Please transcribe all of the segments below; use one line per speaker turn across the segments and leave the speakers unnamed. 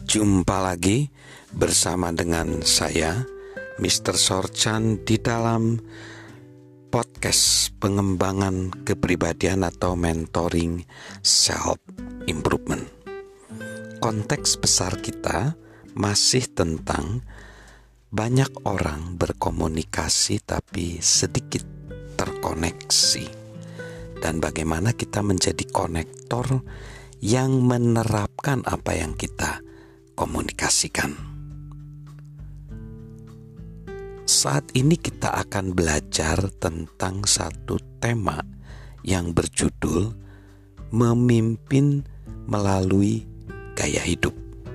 Jumpa lagi bersama dengan saya, Mr. Sorchan, di dalam podcast pengembangan kepribadian atau mentoring self improvement. Konteks besar kita masih tentang banyak orang berkomunikasi tapi sedikit terkoneksi, dan bagaimana kita menjadi konektor yang menerapkan apa yang kita komunikasikan. Saat ini kita akan belajar tentang satu tema yang berjudul memimpin melalui gaya hidup.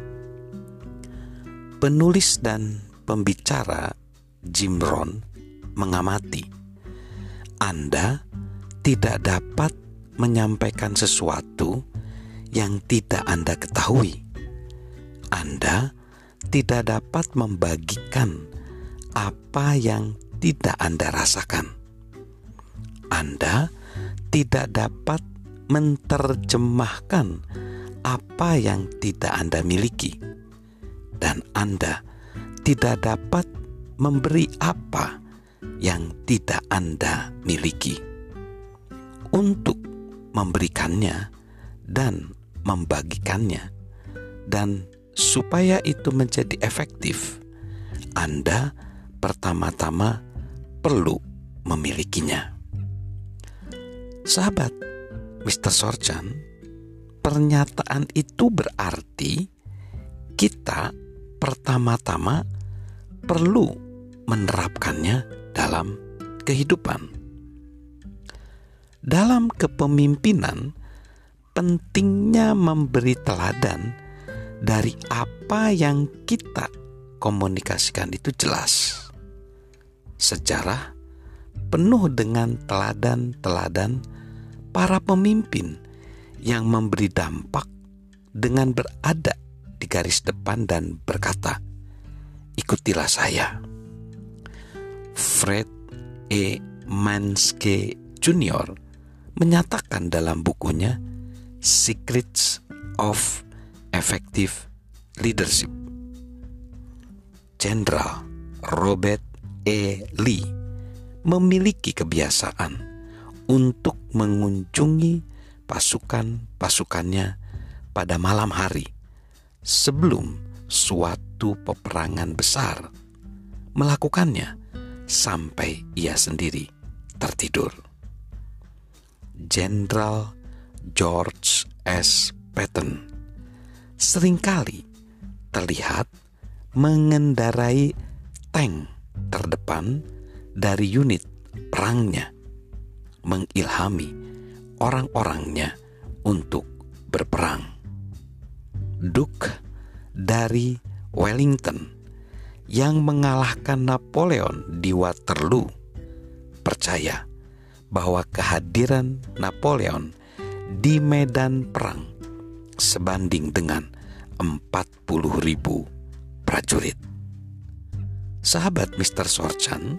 Penulis dan pembicara Jim Rohn mengamati, Anda tidak dapat menyampaikan sesuatu yang tidak Anda ketahui. Anda tidak dapat membagikan apa yang tidak Anda rasakan. Anda tidak dapat menerjemahkan apa yang tidak Anda miliki. Dan Anda tidak dapat memberi apa yang tidak Anda miliki. Untuk memberikannya dan membagikannya, dan supaya itu menjadi efektif, Anda pertama-tama perlu memilikinya. Sahabat Mr. Sorchan, pernyataan itu berarti kita pertama-tama perlu menerapkannya dalam kehidupan. Dalam kepemimpinan, pentingnya memberi teladan dari apa yang kita komunikasikan itu jelas. Sejarah penuh dengan teladan-teladan para pemimpin yang memberi dampak dengan berada di garis depan dan berkata, "Ikutilah saya." Fred E. Manske Jr. menyatakan dalam bukunya Secrets of Effective Leadership. Jenderal Robert E. Lee memiliki kebiasaan untuk mengunjungi pasukan-pasukannya pada malam hari sebelum suatu peperangan besar, melakukannya sampai ia sendiri tertidur. Jenderal George S. Patton seringkali terlihat mengendarai tank terdepan dari unit perangnya, mengilhami orang-orangnya untuk berperang. Duke dari Wellington yang mengalahkan Napoleon di Waterloo percaya bahwa kehadiran Napoleon di medan perang sebanding dengan 40.000 prajurit. Sahabat Mr. Sorchan,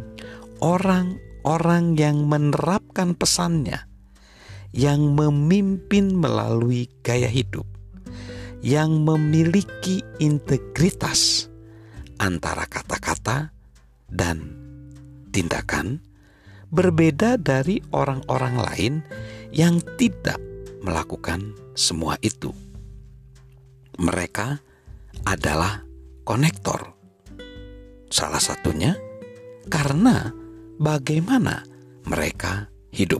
orang-orang yang menerapkan pesannya, yang memimpin melalui gaya hidup, yang memiliki integritas antara kata-kata dan tindakan, berbeda dari orang-orang lain yang tidak melakukan semua itu. Mereka adalah konektor. Salah satunya karena bagaimana mereka hidup.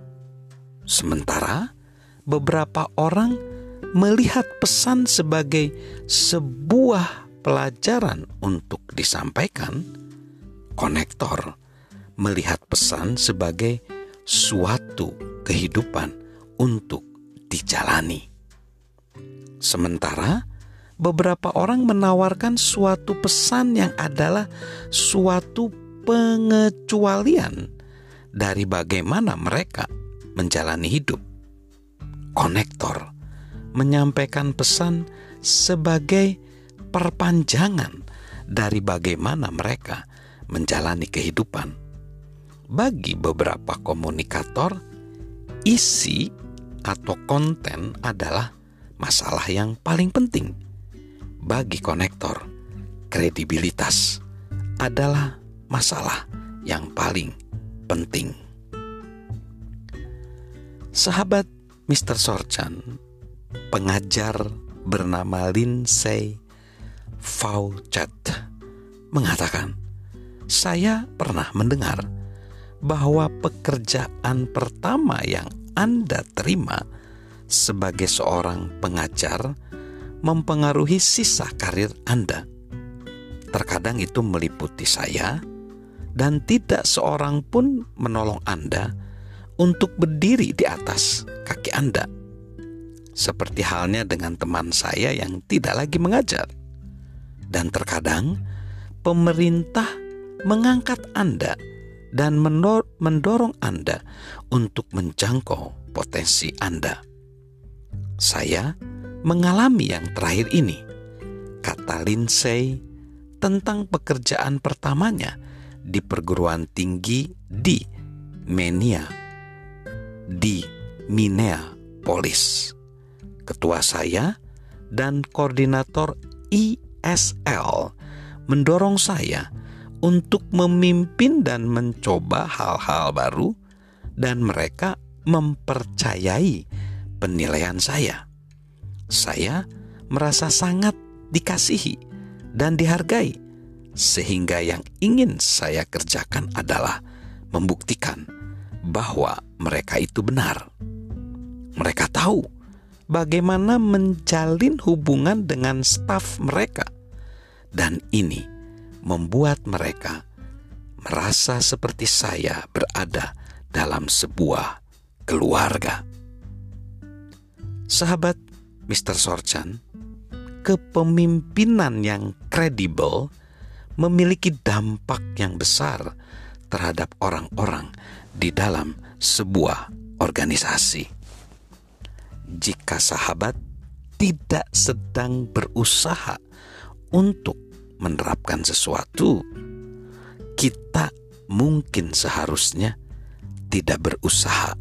Sementara beberapa orang melihat pesan sebagai sebuah pelajaran untuk disampaikan, konektor melihat pesan sebagai suatu kehidupan untuk dijalani. Sementara beberapa orang menawarkan suatu pesan yang adalah suatu pengecualian dari bagaimana mereka menjalani hidup. Konektor menyampaikan pesan sebagai perpanjangan dari bagaimana mereka menjalani kehidupan. Bagi beberapa komunikator, isi atau konten adalah masalah yang paling penting. bagi konektor, kredibilitas adalah masalah yang paling penting. Sahabat Mr. Sorchan, pengajar bernama Lindsay Faucett mengatakan, "Saya pernah mendengar bahwa pekerjaan pertama yang Anda terima sebagai seorang pengajar mempengaruhi sisa karir Anda. Terkadang itu meliputi saya, dan tidak seorang pun menolong Anda untuk berdiri di atas kaki Anda. Seperti halnya dengan teman saya yang tidak lagi mengajar. Dan terkadang pemerintah mengangkat Anda dan mendorong Anda untuk menjangkau potensi Anda. Saya mengalami yang terakhir ini," kata Lindsay tentang pekerjaan pertamanya di perguruan tinggi di Minneapolis. "Ketua saya dan koordinator ESL mendorong saya untuk memimpin dan mencoba hal-hal baru, dan mereka mempercayai penilaian saya. Saya merasa sangat dikasihi dan dihargai, sehingga yang ingin saya kerjakan adalah membuktikan bahwa mereka itu benar. Mereka tahu bagaimana menjalin hubungan dengan staf mereka, dan ini membuat mereka merasa seperti saya berada dalam sebuah keluarga." Sahabat Mr. Sorchan, kepemimpinan yang kredibel memiliki dampak yang besar terhadap orang-orang di dalam sebuah organisasi. Jika sahabat tidak sedang berusaha untuk menerapkan sesuatu, kita mungkin seharusnya tidak berusaha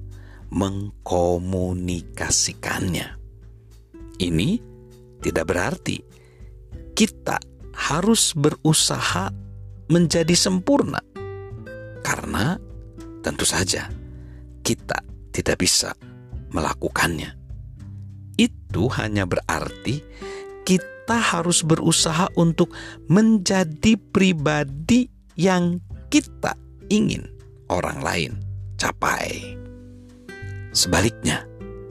mengkomunikasikannya. Ini tidak berarti kita harus berusaha menjadi sempurna, karena tentu saja kita tidak bisa melakukannya. Itu hanya berarti kita harus berusaha untuk menjadi pribadi yang kita ingin orang lain capai. Sebaliknya,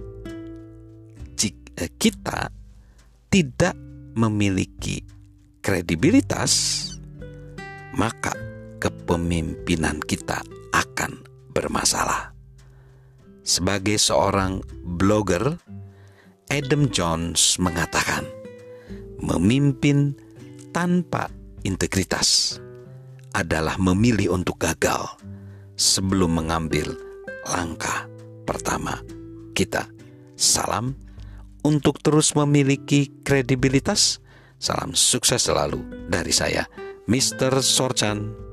jika kita tidak memiliki kredibilitas, maka kepemimpinan kita akan bermasalah. Sebagai seorang blogger, Adam Jones mengatakan, memimpin tanpa integritas adalah memilih untuk gagal sebelum mengambil langkah pertama kita. Salam untuk terus memiliki kredibilitas. Salam sukses selalu dari saya, Mr. Sorchan.